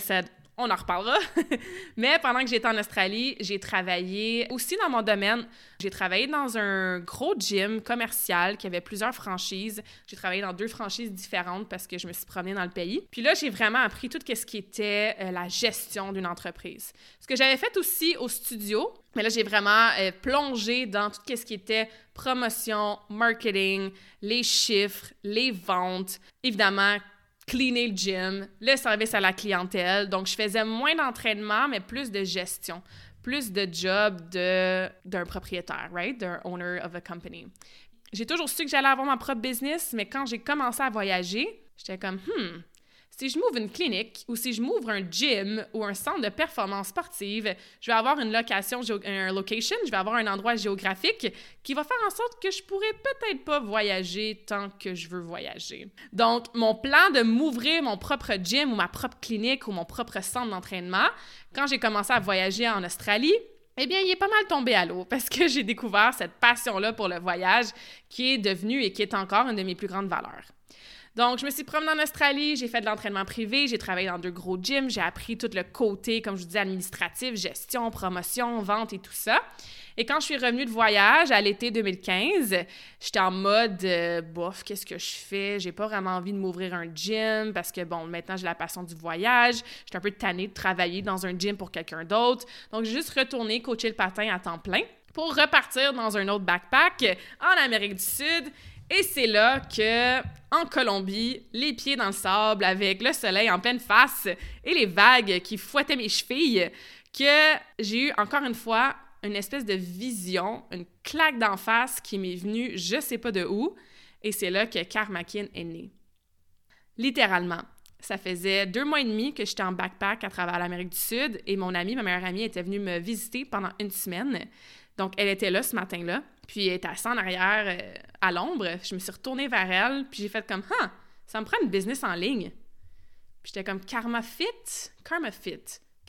on en reparlera. Mais pendant que j'étais en Australie, j'ai travaillé aussi dans mon domaine. J'ai travaillé dans un gros gym commercial qui avait plusieurs franchises. J'ai travaillé dans deux franchises différentes parce que je me suis promenée dans le pays. Puis là, j'ai vraiment appris tout ce qui était euh, la gestion d'une entreprise. Ce que j'avais fait aussi au studio, mais là, j'ai vraiment euh, plongé dans tout ce qui était promotion, marketing, les chiffres, les ventes, évidemment, cleaner le gym, le service à la clientèle. Donc, je faisais moins d'entraînement, mais plus de gestion, plus de job de, d'un propriétaire, right? D'un owner of a company. J'ai toujours su que j'allais avoir ma propre business, mais quand j'ai commencé à voyager, j'étais comme, hmm, si je m'ouvre une clinique ou si je m'ouvre un gym ou un centre de performance sportive, je vais avoir une location, géo- un location, je vais avoir un endroit géographique qui va faire en sorte que je pourrais peut-être pas voyager tant que je veux voyager. Donc, mon plan de m'ouvrir mon propre gym ou ma propre clinique ou mon propre centre d'entraînement, quand j'ai commencé à voyager en Australie, eh bien, il est pas mal tombé à l'eau parce que j'ai découvert cette passion-là pour le voyage qui est devenue et qui est encore une de mes plus grandes valeurs. Donc, je me suis promenée en Australie, j'ai fait de l'entraînement privé, j'ai travaillé dans deux gros gyms, j'ai appris tout le côté, comme je vous dis, administratif, gestion, promotion, vente et tout ça. Et quand je suis revenue de voyage à l'été deux mille quinze, j'étais en mode euh, bof, qu'est-ce que je fais? J'ai pas vraiment envie de m'ouvrir un gym parce que, bon, maintenant j'ai la passion du voyage. J'étais un peu tannée de travailler dans un gym pour quelqu'un d'autre. Donc, j'ai juste retourné coacher le patin à temps plein pour repartir dans un autre backpack en Amérique du Sud. Et c'est là que, en Colombie, les pieds dans le sable, avec le soleil en pleine face et les vagues qui fouettaient mes chevilles, que j'ai eu encore une fois une espèce de vision, une claque d'en face qui m'est venue je sais pas de où. Et c'est là que Karmakin est né. Littéralement. Ça faisait deux mois et demi que j'étais en backpack à travers l'Amérique du Sud et mon amie, ma meilleure amie, était venue me visiter pendant une semaine. Donc, elle était là ce matin-là, puis elle était assise en arrière euh, à l'ombre. Je me suis retournée vers elle, puis j'ai fait comme « Ah, ça me prend une business en ligne. » Puis j'étais comme « Karma Fit? Karma Fit? Karmakin? »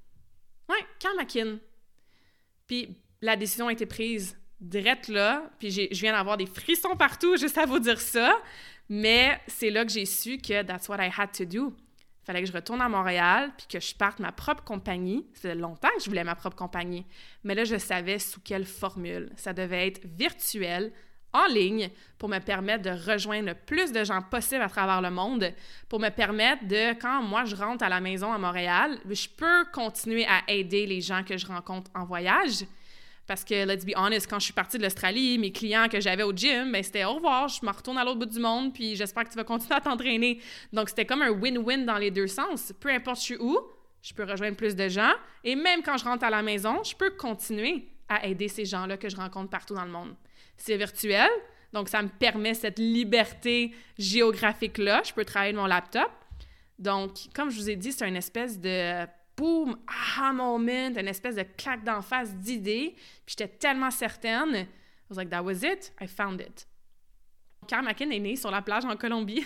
Ouais, Karmakin. Puis la décision a été prise direct là, puis j'ai, je viens d'avoir des frissons partout juste à vous dire ça, mais c'est là que j'ai su que « That's what I had to do ». Il fallait que je retourne à Montréal puis que je parte ma propre compagnie. Ça faisait longtemps que je voulais ma propre compagnie. Mais là, je savais sous quelle formule. Ça devait être virtuel, en ligne, pour me permettre de rejoindre le plus de gens possible à travers le monde, pour me permettre de, quand moi, je rentre à la maison à Montréal, je peux continuer à aider les gens que je rencontre en voyage. Parce que, let's be honest, quand je suis partie de l'Australie, mes clients que j'avais au gym, ben c'était « Au revoir, je me retourne à l'autre bout du monde, puis j'espère que tu vas continuer à t'entraîner. » Donc, c'était comme un win-win dans les deux sens. Peu importe je suis où, je peux rejoindre plus de gens. Et même quand je rentre à la maison, je peux continuer à aider ces gens-là que je rencontre partout dans le monde. C'est virtuel, donc ça me permet cette liberté géographique-là. Je peux travailler de mon laptop. Donc, comme je vous ai dit, c'est une espèce de boom, aha moment, une espèce de claque d'en face d'idées. Puis j'étais tellement certaine. I was like, that was it. I found it. Karmakin est né sur la plage en Colombie.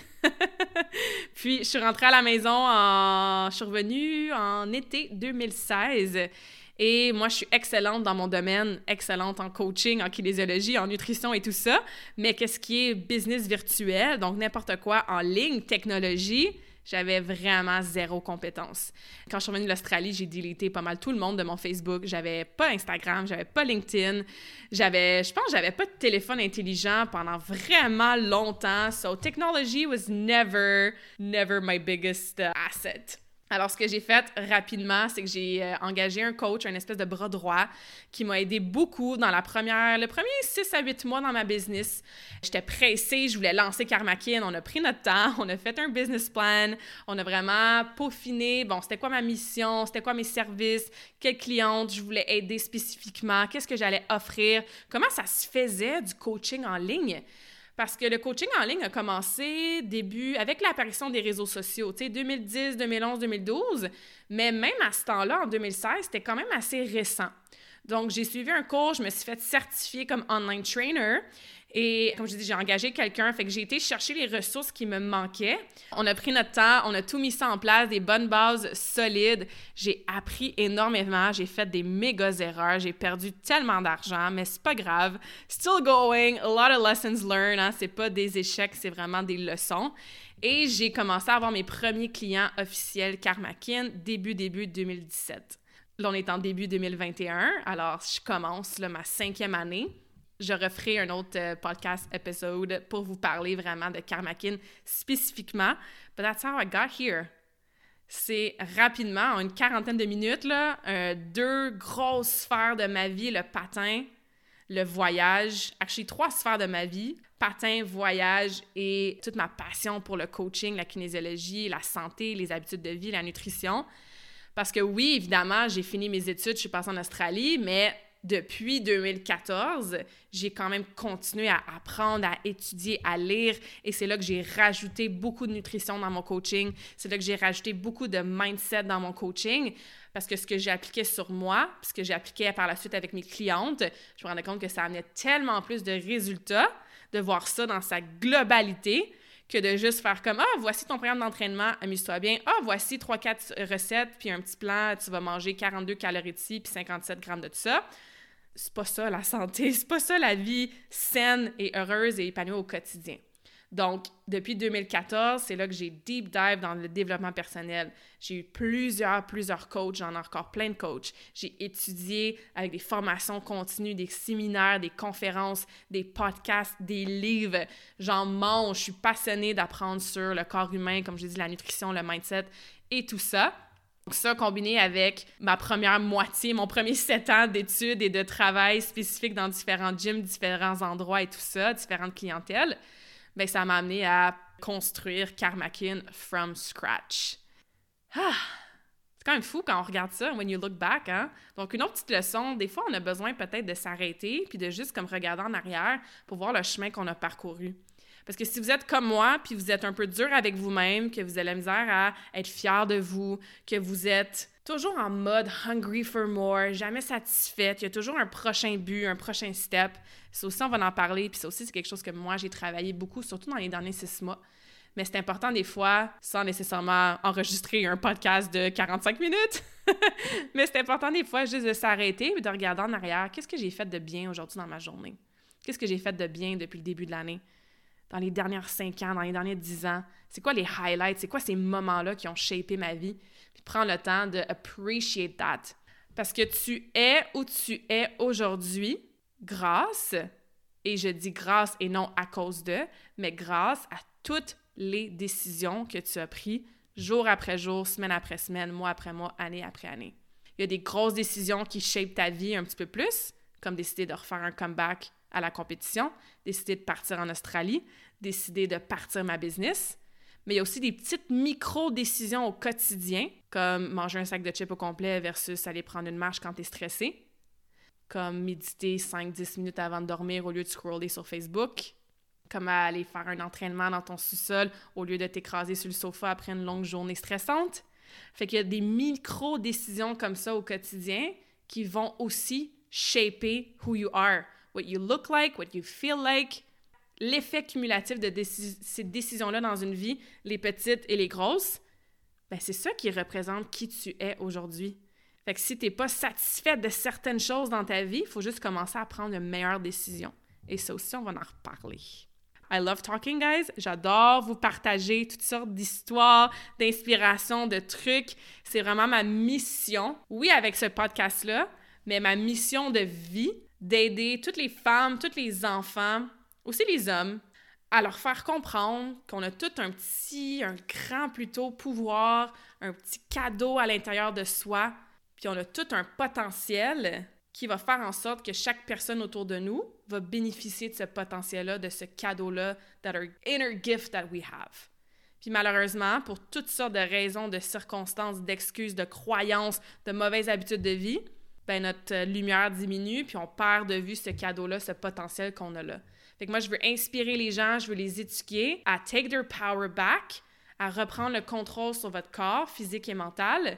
Puis je suis rentrée à la maison en... Je suis revenue en été deux mille seize. Et moi, je suis excellente dans mon domaine, excellente en coaching, en kinésiologie, en nutrition et tout ça. Mais qu'est-ce qui est business virtuel, donc n'importe quoi en ligne, technologie, j'avais vraiment zéro compétence. Quand je suis revenue de l'Australie, j'ai deleté pas mal tout le monde de mon Facebook. J'avais pas Instagram, j'avais pas LinkedIn. J'avais, je pense, j'avais pas de téléphone intelligent pendant vraiment longtemps. So, technology was never, never my biggest uh, asset. Alors, ce que j'ai fait rapidement, c'est que j'ai euh, engagé un coach, un espèce de bras droit, qui m'a aidé beaucoup dans la première, le premier six à huit mois dans ma business. J'étais pressée, je voulais lancer Karmakin. On a pris notre temps, on a fait un business plan, on a vraiment peaufiné, bon, c'était quoi ma mission, c'était quoi mes services, quelle cliente je voulais aider spécifiquement, qu'est-ce que j'allais offrir, comment ça se faisait du coaching en ligne. Parce que le coaching en ligne a commencé début avec l'apparition des réseaux sociaux, tu sais, deux mille dix, deux mille onze, deux mille douze, mais même à ce temps-là, en deux mille seize, c'était quand même assez récent. Donc, j'ai suivi un cours, je me suis fait certifier comme online trainer Et comme je dis, j'ai engagé quelqu'un, fait que j'ai été chercher les ressources qui me manquaient. On a pris notre temps, on a tout mis ça en place, des bonnes bases solides. J'ai appris énormément, j'ai fait des méga erreurs, j'ai perdu tellement d'argent, mais c'est pas grave. Still going, a lot of lessons learned, hein? C'est pas des échecs, c'est vraiment des leçons. Et j'ai commencé à avoir mes premiers clients officiels Karmakin début, début deux mille dix-sept. Là, on est en début deux mille vingt et un, alors je commence là, ma cinquième année. Je referai un autre euh, podcast épisode pour vous parler vraiment de Karmakin spécifiquement. But that's how I got here. C'est rapidement, en une quarantaine de minutes, là, euh, deux grosses sphères de ma vie, le patin, le voyage, actually trois sphères de ma vie, patin, voyage et toute ma passion pour le coaching, la kinésiologie, la santé, les habitudes de vie, la nutrition. Parce que oui, évidemment, j'ai fini mes études, je suis passée en Australie, mais depuis deux mille quatorze, j'ai quand même continué à apprendre, à étudier, à lire, et c'est là que j'ai rajouté beaucoup de nutrition dans mon coaching, c'est là que j'ai rajouté beaucoup de mindset dans mon coaching, parce que ce que j'ai appliqué sur moi, puis ce que j'ai appliqué par la suite avec mes clientes, je me rendais compte que ça amenait tellement plus de résultats de voir ça dans sa globalité, que de juste faire comme « Ah, voici ton programme d'entraînement, amuse-toi bien. Ah, voici trois quatre recettes, puis un petit plan, tu vas manger quarante-deux calories de ci, puis cinquante-sept grammes de tout ça. » C'est pas ça la santé, c'est pas ça la vie saine et heureuse et épanouie au quotidien. Donc, depuis deux mille quatorze, c'est là que j'ai deep dive dans le développement personnel. J'ai eu plusieurs, plusieurs coachs, j'en ai encore plein de coachs. J'ai étudié avec des formations continues, des séminaires, des conférences, des podcasts, des livres. J'en mange, je suis passionnée d'apprendre sur le corps humain, comme je dis, la nutrition, le mindset et tout ça. Donc ça, combiné avec ma première moitié, mon premier sept ans d'études et de travail spécifique dans différents gyms, différents endroits et tout ça, différentes clientèles, bien, ça m'a amené à construire Karmakin from scratch. Ah! C'est quand même fou quand on regarde ça, when you look back, hein? Donc, une autre petite leçon, des fois, on a besoin peut-être de s'arrêter puis de juste comme regarder en arrière pour voir le chemin qu'on a parcouru. Parce que si vous êtes comme moi, puis vous êtes un peu dur avec vous-même, que vous avez la misère à être fier de vous, que vous êtes toujours en mode « hungry for more », jamais satisfaite, il y a toujours un prochain but, un prochain step. Ça aussi, on va en parler, puis ça aussi, c'est quelque chose que moi, j'ai travaillé beaucoup, surtout dans les derniers six mois. Mais c'est important des fois, sans nécessairement enregistrer un podcast de quarante-cinq minutes, mais c'est important des fois juste de s'arrêter et de regarder en arrière. Qu'est-ce que j'ai fait de bien aujourd'hui dans ma journée? Qu'est-ce que j'ai fait de bien depuis le début de l'année? Dans les dernières cinq ans, dans les derniers dix ans, c'est quoi les highlights? C'est quoi ces moments-là qui ont shapé ma vie? Puis prends le temps de appreciate that. Parce que tu es où tu es aujourd'hui grâce, et je dis grâce et non à cause de, mais grâce à toutes les décisions que tu as prises jour après jour, semaine après semaine, mois après mois, année après année. Il y a des grosses décisions qui shapent ta vie un petit peu plus, comme décider de refaire un comeback à la compétition, décider de partir en Australie, décider de partir ma business. Mais il y a aussi des petites micro-décisions au quotidien, comme manger un sac de chips au complet versus aller prendre une marche quand tu es stressé, comme méditer cinq à dix minutes avant de dormir au lieu de scroller sur Facebook, comme aller faire un entraînement dans ton sous-sol au lieu de t'écraser sur le sofa après une longue journée stressante. Fait qu'il y a des micro-décisions comme ça au quotidien qui vont aussi shaper who you are. What you look like, what you feel like. L'effet cumulatif de décis- ces décisions-là dans une vie, les petites et les grosses, ben c'est ça qui représente qui tu es aujourd'hui. Fait que si t'es pas satisfaite de certaines choses dans ta vie, il faut juste commencer à prendre une meilleure décision. Et ça aussi, on va en reparler. I love talking, guys. J'adore vous partager toutes sortes d'histoires, d'inspirations, de trucs. C'est vraiment ma mission. Oui, avec ce podcast-là, mais ma mission de vie, d'aider toutes les femmes, tous les enfants, aussi les hommes, à leur faire comprendre qu'on a tout un petit, un grand plutôt pouvoir, un petit cadeau à l'intérieur de soi, puis on a tout un potentiel qui va faire en sorte que chaque personne autour de nous va bénéficier de ce potentiel-là, de ce cadeau-là, that our inner gift that we have. Puis malheureusement, pour toutes sortes de raisons, de circonstances, d'excuses, de croyances, de mauvaises habitudes de vie, ben notre lumière diminue, puis on perd de vue ce cadeau-là, ce potentiel qu'on a là. Fait que moi, je veux inspirer les gens, je veux les éduquer à take their power back, à reprendre le contrôle sur votre corps physique et mental,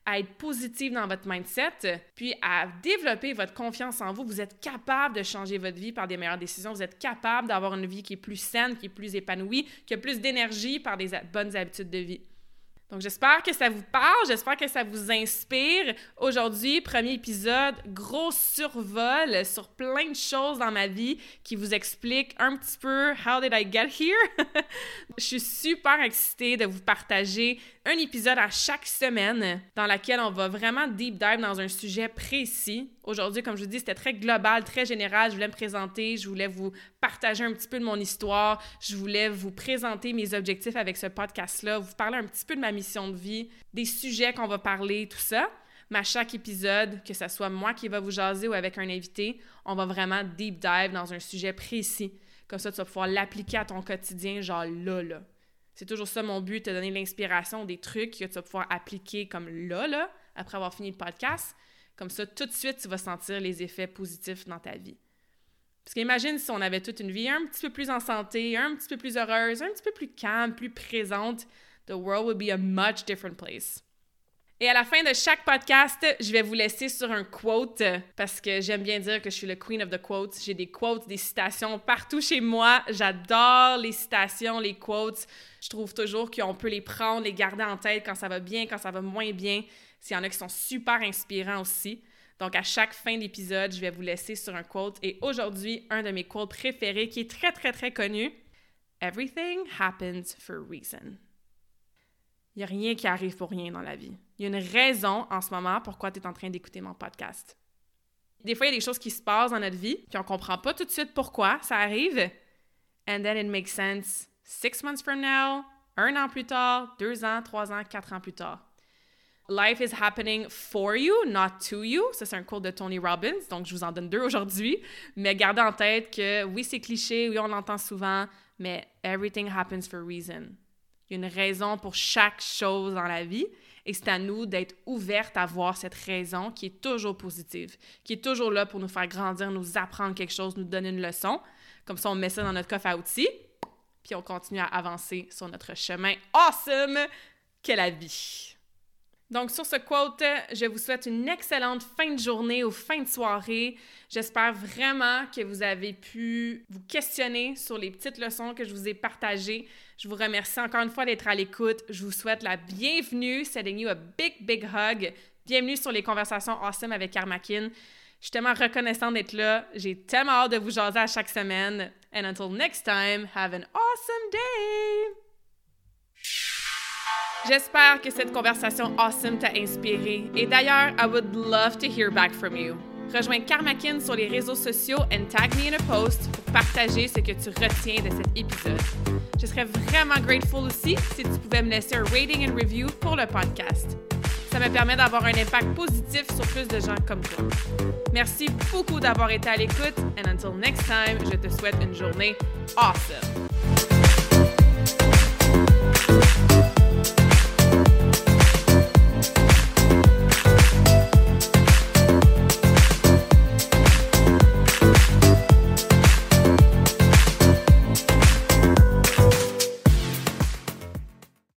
à être positive dans votre mindset, puis à développer votre confiance en vous. Vous êtes capable de changer votre vie par des meilleures décisions. Vous êtes capable d'avoir une vie qui est plus saine, qui est plus épanouie, qui a plus d'énergie par des bonnes habitudes de vie. Donc, j'espère que ça vous parle, j'espère que ça vous inspire. Aujourd'hui, premier épisode, gros survol sur plein de choses dans ma vie qui vous expliquent un petit peu « How did I get here? » Je suis super excitée de vous partager un épisode à chaque semaine dans lequel on va vraiment deep dive dans un sujet précis. Aujourd'hui, comme je vous dis, c'était très global, très général. Je voulais me présenter, je voulais vous partager un petit peu de mon histoire, je voulais vous présenter mes objectifs avec ce podcast-là, vous parler un petit peu de ma mission de vie, des sujets qu'on va parler, tout ça. Mais à chaque épisode, que ce soit moi qui va vous jaser ou avec un invité, on va vraiment deep dive dans un sujet précis. Comme ça, tu vas pouvoir l'appliquer à ton quotidien, genre là, là. C'est toujours ça mon but, te donner l'inspiration, des trucs que tu vas pouvoir appliquer comme là, là, après avoir fini le podcast. Comme ça, tout de suite, tu vas sentir les effets positifs dans ta vie. Parce qu'imagine si on avait toute une vie un petit peu plus en santé, un petit peu plus heureuse, un petit peu plus calme, plus présente, the world would be a much different place. Et à la fin de chaque podcast, je vais vous laisser sur un quote parce que j'aime bien dire que je suis le queen of the quotes. J'ai des quotes, des citations partout chez moi. J'adore les citations, les quotes. Je trouve toujours qu'on peut les prendre, les garder en tête quand ça va bien, quand ça va moins bien. S'il y en a qui sont super inspirants aussi. Donc, à chaque fin d'épisode, je vais vous laisser sur un quote. Et aujourd'hui, un de mes quotes préférés qui est très, très, très connu. « Everything happens for a reason ». Il n'y a rien qui arrive pour rien dans la vie. Il y a une raison en ce moment pourquoi tu es en train d'écouter mon podcast. Des fois, il y a des choses qui se passent dans notre vie, puis on ne comprend pas tout de suite pourquoi ça arrive. And then it makes sense six months from now, un an plus tard, deux ans, trois ans, quatre ans plus tard. Life is happening for you, not to you. Ça, c'est un quote de Tony Robbins, donc je vous en donne deux aujourd'hui. Mais gardez en tête que oui, c'est cliché, oui, on l'entend souvent, mais everything happens for a reason. Il y a une raison pour chaque chose dans la vie et c'est à nous d'être ouvertes à voir cette raison qui est toujours positive, qui est toujours là pour nous faire grandir, nous apprendre quelque chose, nous donner une leçon. Comme ça, on met ça dans notre coffre à outils puis on continue à avancer sur notre chemin awesome qu'est la vie. Donc, sur ce quote, je vous souhaite une excellente fin de journée ou fin de soirée. J'espère vraiment que vous avez pu vous questionner sur les petites leçons que je vous ai partagées. Je vous remercie encore une fois d'être à l'écoute. Je vous souhaite la bienvenue. Sending you a big, big hug. Bienvenue sur les Conversations Awesome avec Karmakin. Je suis tellement reconnaissante d'être là. J'ai tellement hâte de vous jaser à chaque semaine. And until next time, have an awesome day! J'espère que cette conversation awesome t'a inspiré. Et d'ailleurs, I would love to hear back from you. Rejoins Karmakin sur les réseaux sociaux and tag me in a post pour partager ce que tu retiens de cet épisode. Je serais vraiment grateful aussi si tu pouvais me laisser un rating and review pour le podcast. Ça me permet d'avoir un impact positif sur plus de gens comme toi. Merci beaucoup d'avoir été à l'écoute and until next time, je te souhaite une journée awesome!